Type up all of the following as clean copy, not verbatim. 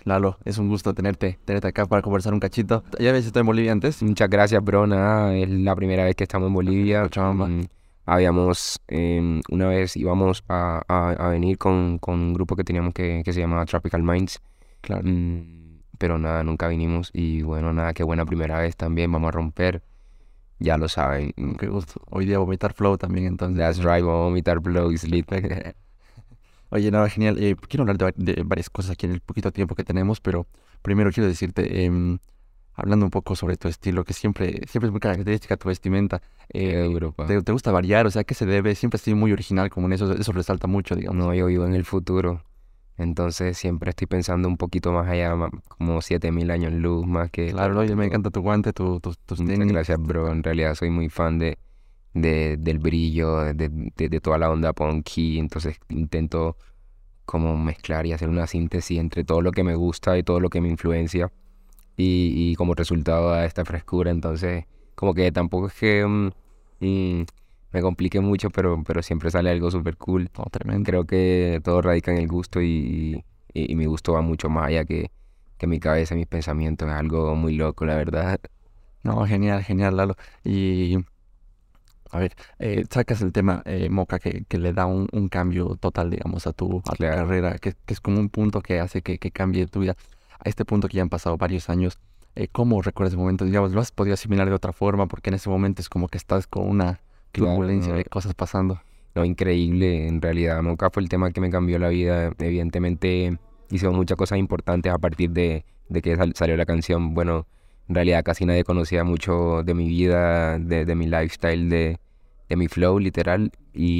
Lalo, es un gusto tenerte acá para conversar un cachito. ¿Ya habías estado en Bolivia antes? Muchas gracias, bro. Nada, es la primera vez que estamos en Bolivia. Cochabamba. Habíamos, una vez íbamos a venir con un grupo que teníamos que se llamaba Tropical Minds. Claro. Pero nada, nunca vinimos. Y bueno, nada, qué buena primera vez también. Vamos a romper. Ya lo saben. Qué gusto. Hoy día vomitar flow también, entonces. That's right, vamos a vomitar blow y sleep. Perfecto. Oye, no, genial. Quiero hablar de varias cosas aquí en el poquito tiempo que tenemos, pero primero quiero decirte, hablando un poco sobre tu estilo, que siempre es muy característica tu vestimenta. Qué eh, duro, pa. ¿te gusta variar? O sea, ¿a qué se debe? Siempre has sido muy original, como en eso resalta mucho, digamos. No, yo vivo en el futuro. Entonces siempre estoy pensando un poquito más allá, como 7000 años luz, más que Claro, oye, me todo. encanta tu guante, tus Muchas tenis. gracias, bro. En realidad soy muy fan del brillo, de toda la onda punky. Entonces intento como mezclar y hacer una síntesis entre todo lo que me gusta y todo lo que me influencia. Y como resultado da esta frescura. Entonces, como que tampoco es que mm, me complique mucho, pero siempre sale algo súper cool. Oh, tremendo. Creo que todo radica en el gusto y mi gusto va mucho más allá que mi cabeza, mis pensamientos. Es algo muy loco, la verdad. No, genial, genial, Lalo. Y a ver, sacas el tema Moca que le da un cambio total, digamos, a tu Claro. carrera, que es como un punto que hace que cambie tu vida. A este punto que ya han pasado varios años, ¿cómo recuerdas ese momento? Digamos, ¿lo has podido asimilar de otra forma? Porque en ese momento es como que estás con una Claro, turbulencia no, de cosas pasando. no, increíble. En realidad, nunca fue el tema que me cambió la vida. Evidentemente, hice muchas cosas importantes a partir de que salió la canción. Bueno, en realidad casi nadie conocía mucho de mi vida, de mi lifestyle, de mi flow, literal.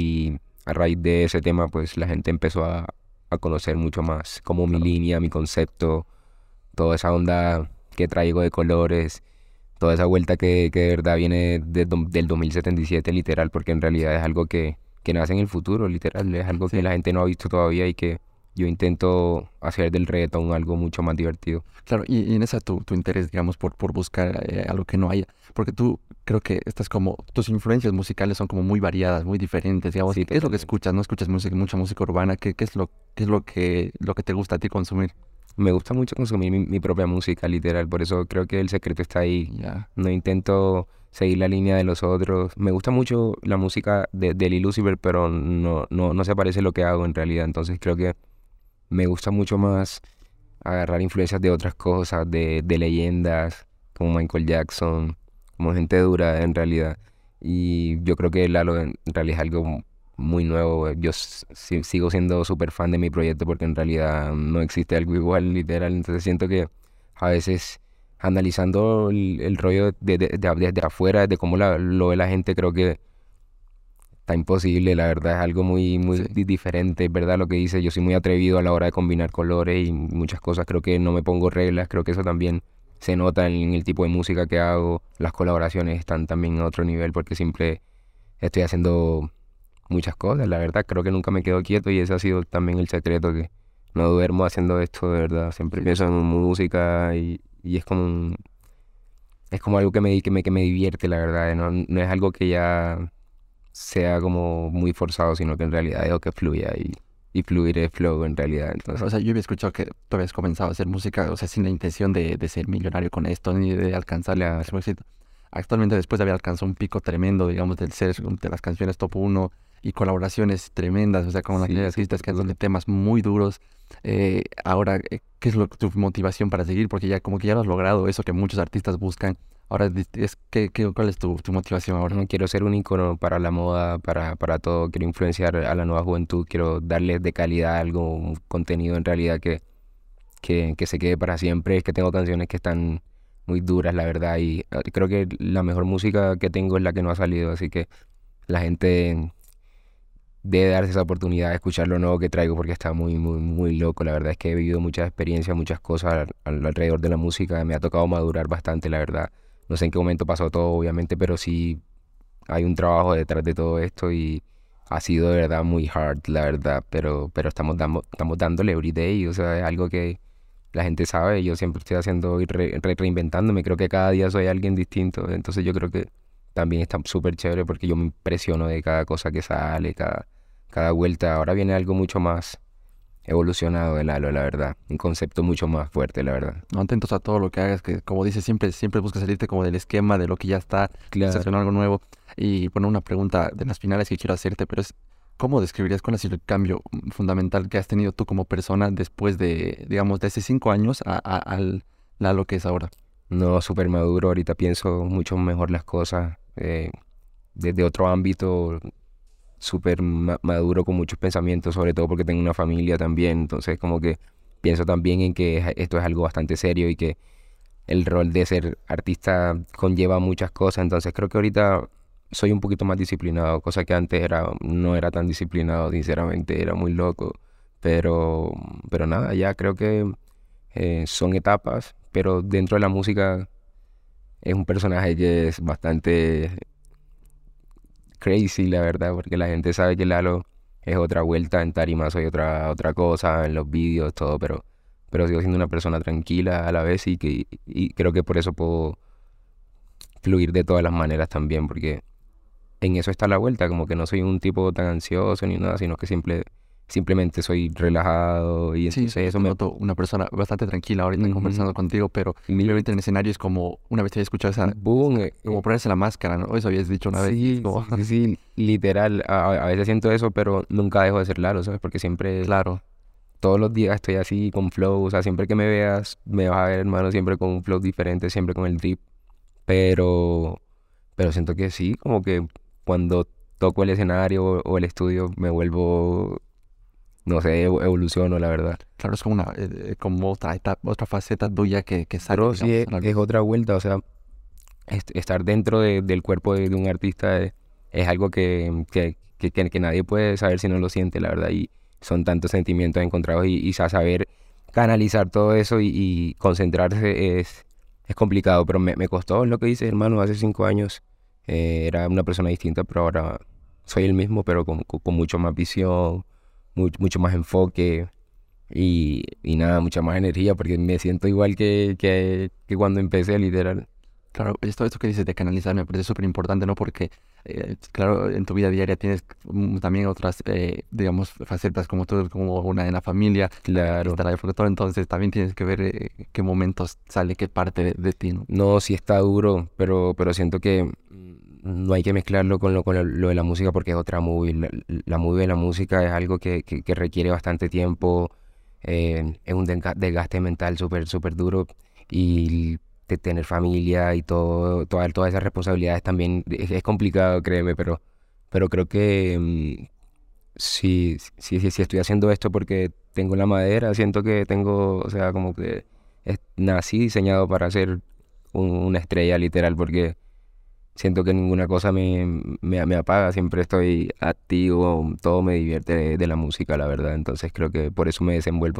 Y a raíz de ese tema, pues la gente empezó a conocer mucho más como mi Claro. línea, mi concepto, toda esa onda que traigo de colores. Toda esa vuelta que de verdad viene del 2077 literal, porque en realidad es algo que nace en el futuro, literal, es algo que Sí. la gente no ha visto todavía y que yo intento hacer del reggaetón algo mucho más divertido. Claro, y en esa tu interés, digamos, por buscar algo que no haya, porque tú creo que estás como, tus influencias musicales son como muy variadas, muy diferentes, digamos, Sí, ¿qué es lo que totalmente. escuchas? ¿No escuchas música, mucha música urbana? ¿Qué es lo que te gusta a ti consumir? Me gusta mucho consumir mi propia música, literal, por eso creo que el secreto está ahí. Ya, No intento seguir la línea de los otros. Me gusta mucho la música de Lil Uzi Vert, pero no se parece a lo que hago en realidad, entonces creo que me gusta mucho más agarrar influencias de otras cosas, de leyendas, como Michael Jackson, como gente dura en realidad. Y yo creo que Lalo en realidad es algo muy nuevo. Yo sigo siendo súper fan de mi proyecto porque en realidad no existe algo igual, literal. Entonces siento que a veces analizando el rollo desde afuera, de cómo lo ve la gente, creo que está imposible, la verdad es algo muy sí, diferente, es verdad lo que dice, yo soy muy atrevido a la hora de combinar colores y muchas cosas, creo que no me pongo reglas, creo que eso también se nota en el tipo de música que hago, las colaboraciones están también a otro nivel porque siempre estoy haciendo muchas cosas, la verdad creo que nunca me quedo quieto y ese ha sido también el secreto, que no duermo haciendo esto, de verdad, siempre sí, pienso en música y es como es como algo que me divierte, la verdad, no es algo que ya sea como muy forzado, sino que en realidad dejo que fluya y fluir es flow en realidad. claro, Entonces, o sea, yo había escuchado que tú habías comenzado a hacer música, o sea, sin la intención de ser millonario con esto, ni de alcanzar claro, su éxito. Actualmente, después de haber alcanzado un pico tremendo, digamos, del ser de las canciones top uno y colaboraciones tremendas, o sea, con una serie de sí, artistas súper que son de duro. temas muy duros. Ahora, ¿qué es tu motivación para seguir? Porque ya como que ya lo has logrado, eso que muchos artistas buscan. Ahora, ¿cuál es tu motivación ahora? No quiero ser un icono para la moda, para todo. Quiero influenciar a la nueva juventud. Quiero darles de calidad algo, un contenido en realidad que se quede para siempre. Es que tengo canciones que están muy duras, la verdad. Y creo que la mejor música que tengo es la que no ha salido. Así que la gente debe darse esa oportunidad de escuchar lo nuevo que traigo porque está muy loco. La verdad es que he vivido muchas experiencias, muchas cosas alrededor de la música. Me ha tocado madurar bastante, la verdad. No sé en qué momento pasó todo, obviamente, pero sí hay un trabajo detrás de todo esto y ha sido de verdad muy hard, la verdad. Pero estamos dándole every day, o sea, es algo que la gente sabe. Yo siempre estoy haciendo y reinventándome. Creo que cada día soy alguien distinto. Entonces yo creo que también está súper chévere porque yo me impresiono de cada cosa que sale, cada vuelta. Ahora viene algo mucho más evolucionado de Lalo, la verdad. Un concepto mucho más fuerte, la verdad. No, atentos a todo lo que hagas, que como dices, siempre buscas salirte como del esquema de lo que ya está, Claro. haciendo algo nuevo. Y bueno, una pregunta de las finales que quiero hacerte, pero es, ¿cómo describirías cuál ha sido el cambio fundamental que has tenido tú como persona después de, digamos, de hace 5 años al Lalo que es ahora? No, súper maduro. Ahorita pienso mucho mejor las cosas. Desde otro ámbito, súper maduro con muchos pensamientos, sobre todo porque tengo una familia también. Entonces, como que pienso también en que esto es algo bastante serio y que el rol de ser artista conlleva muchas cosas. Entonces, creo que ahorita soy un poquito más disciplinado, cosa que antes no era tan disciplinado, sinceramente, era muy loco. Pero, pero nada, ya creo que son etapas, pero dentro de la música es un personaje que es bastante crazy, la verdad, porque la gente sabe que Lalo es otra vuelta, en tarima soy otra cosa, en los vídeos, todo, pero sigo siendo una persona tranquila a la vez y creo que por eso puedo fluir de todas las maneras también, porque en eso está la vuelta, como que no soy un tipo tan ansioso ni nada, sino que simplemente soy relajado y Sí, entonces eso te me... noto una persona bastante tranquila ahorita Ujú. conversando contigo, pero Mi- obviamente en el escenario es como, una vez te había escuchado esa, Boom, como ponerse la máscara, ¿no? Eso habías dicho una vez, y es sí, como, sí, sí, sí, literal, a veces siento eso, pero nunca dejo de ser Lalo, ¿sabes? Porque siempre claro. todos los días estoy así con flow, o sea, siempre que me veas, me vas a ver, hermano, siempre con un flow diferente, siempre con el drip, pero, pero siento que sí, como que cuando toco el escenario o el estudio me vuelvo, no sé, evoluciono, la verdad. Claro, es como una, como otra etapa, otra faceta tuya que sale, Bro, sí, digamos, a la es luz. otra vuelta, o sea, estar dentro del cuerpo de un artista es algo que nadie puede saber si no lo siente, la verdad, y son tantos sentimientos encontrados y saber canalizar todo eso y concentrarse es complicado, pero me costó lo que dices, hermano, hace 5 años era una persona distinta, pero ahora soy el mismo, pero con mucho más visión, mucho más enfoque. Y nada, mucha más energía porque me siento igual que cuando empecé, literal. Claro, esto que dices de canalizar me parece súper importante, ¿no? Porque, claro, en tu vida diaria tienes también otras, digamos, facetas como tú, como una en la familia, Claro. está la de productor, entonces también tienes que ver qué momentos sale, qué parte de ti, ¿no? No, sí está duro, pero siento que no hay que mezclarlo con lo de la música porque es otra movie. La movie de la música es algo que requiere bastante tiempo, es un desgaste mental súper, súper duro y de tener familia y todas esas responsabilidades también es complicado, créeme, pero creo que sí estoy haciendo esto porque tengo la madera, siento que tengo, o sea, como que nací diseñado para ser una estrella literal porque siento que ninguna cosa me apaga, siempre estoy activo, todo me divierte de la música, la verdad, entonces creo que por eso me desenvuelvo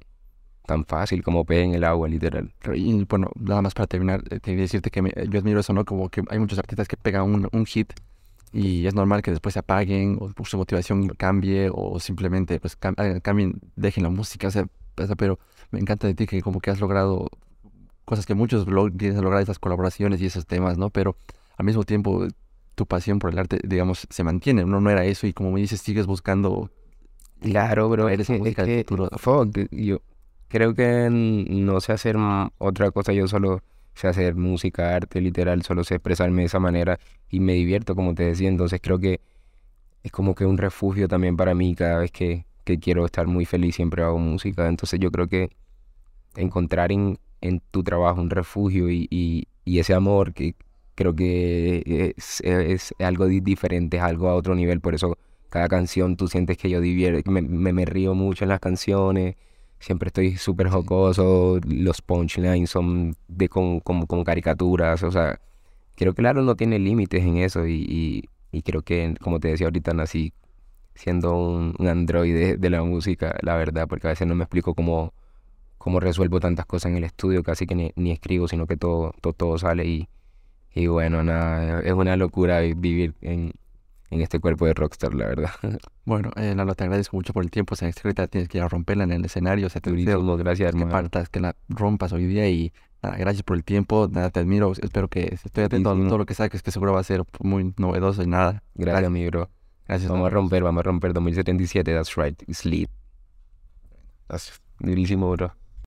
tan fácil como pez en el agua, literal. Claro, y bueno, nada más para terminar, quería decirte que yo admiro eso, ¿no? Como que hay muchos artistas que pegan un hit y es normal que después se apaguen o su motivación cambie o simplemente pues cambien, dejen la música, o sea, pero me encanta de ti que como que has logrado cosas que muchos tienes lograr esas colaboraciones y esos temas, ¿no? Pero al mismo tiempo tu pasión por el arte, digamos, se mantiene, no era eso y como me dices, sigues buscando Claro, bro, traer esa es música del que, futuro. fuck, yo creo que no sé hacer otra cosa, yo solo sé hacer música, arte, literal, solo sé expresarme de esa manera y me divierto, como te decía, entonces creo que es como que un refugio también para mí cada vez que quiero estar muy feliz, siempre hago música, entonces yo creo que encontrar en tu trabajo un refugio y ese amor que creo que es algo diferente, es algo a otro nivel, por eso cada canción tú sientes que yo me río mucho en las canciones, siempre estoy súper Sí. jocoso, los punchlines son con caricaturas, o sea, creo que claro no tiene límites en eso y creo que como te decía ahorita nací siendo un androide de la música, la verdad, porque a veces no me explico cómo resuelvo tantas cosas en el estudio, casi que ni escribo, sino que todo sale y bueno, nada, es una locura vivir en este cuerpo de rockstar, la verdad. Bueno, Lalo, te agradezco mucho por el tiempo. O sea, ahorita tienes que ir a romperla en el escenario. O sea, te deseo Durísimo, gracias, que hermano. partas, que la rompas hoy día. Y nada, gracias por el tiempo. Nada, te admiro. Espero que estoy atento a todo Durísimo. lo que saques, que seguro va a ser muy novedoso y nada. Gracias, Gracias. mi bro. Gracias, Lalo. Vamos a romper 2077, that's right, sleep. Durísimo, bro.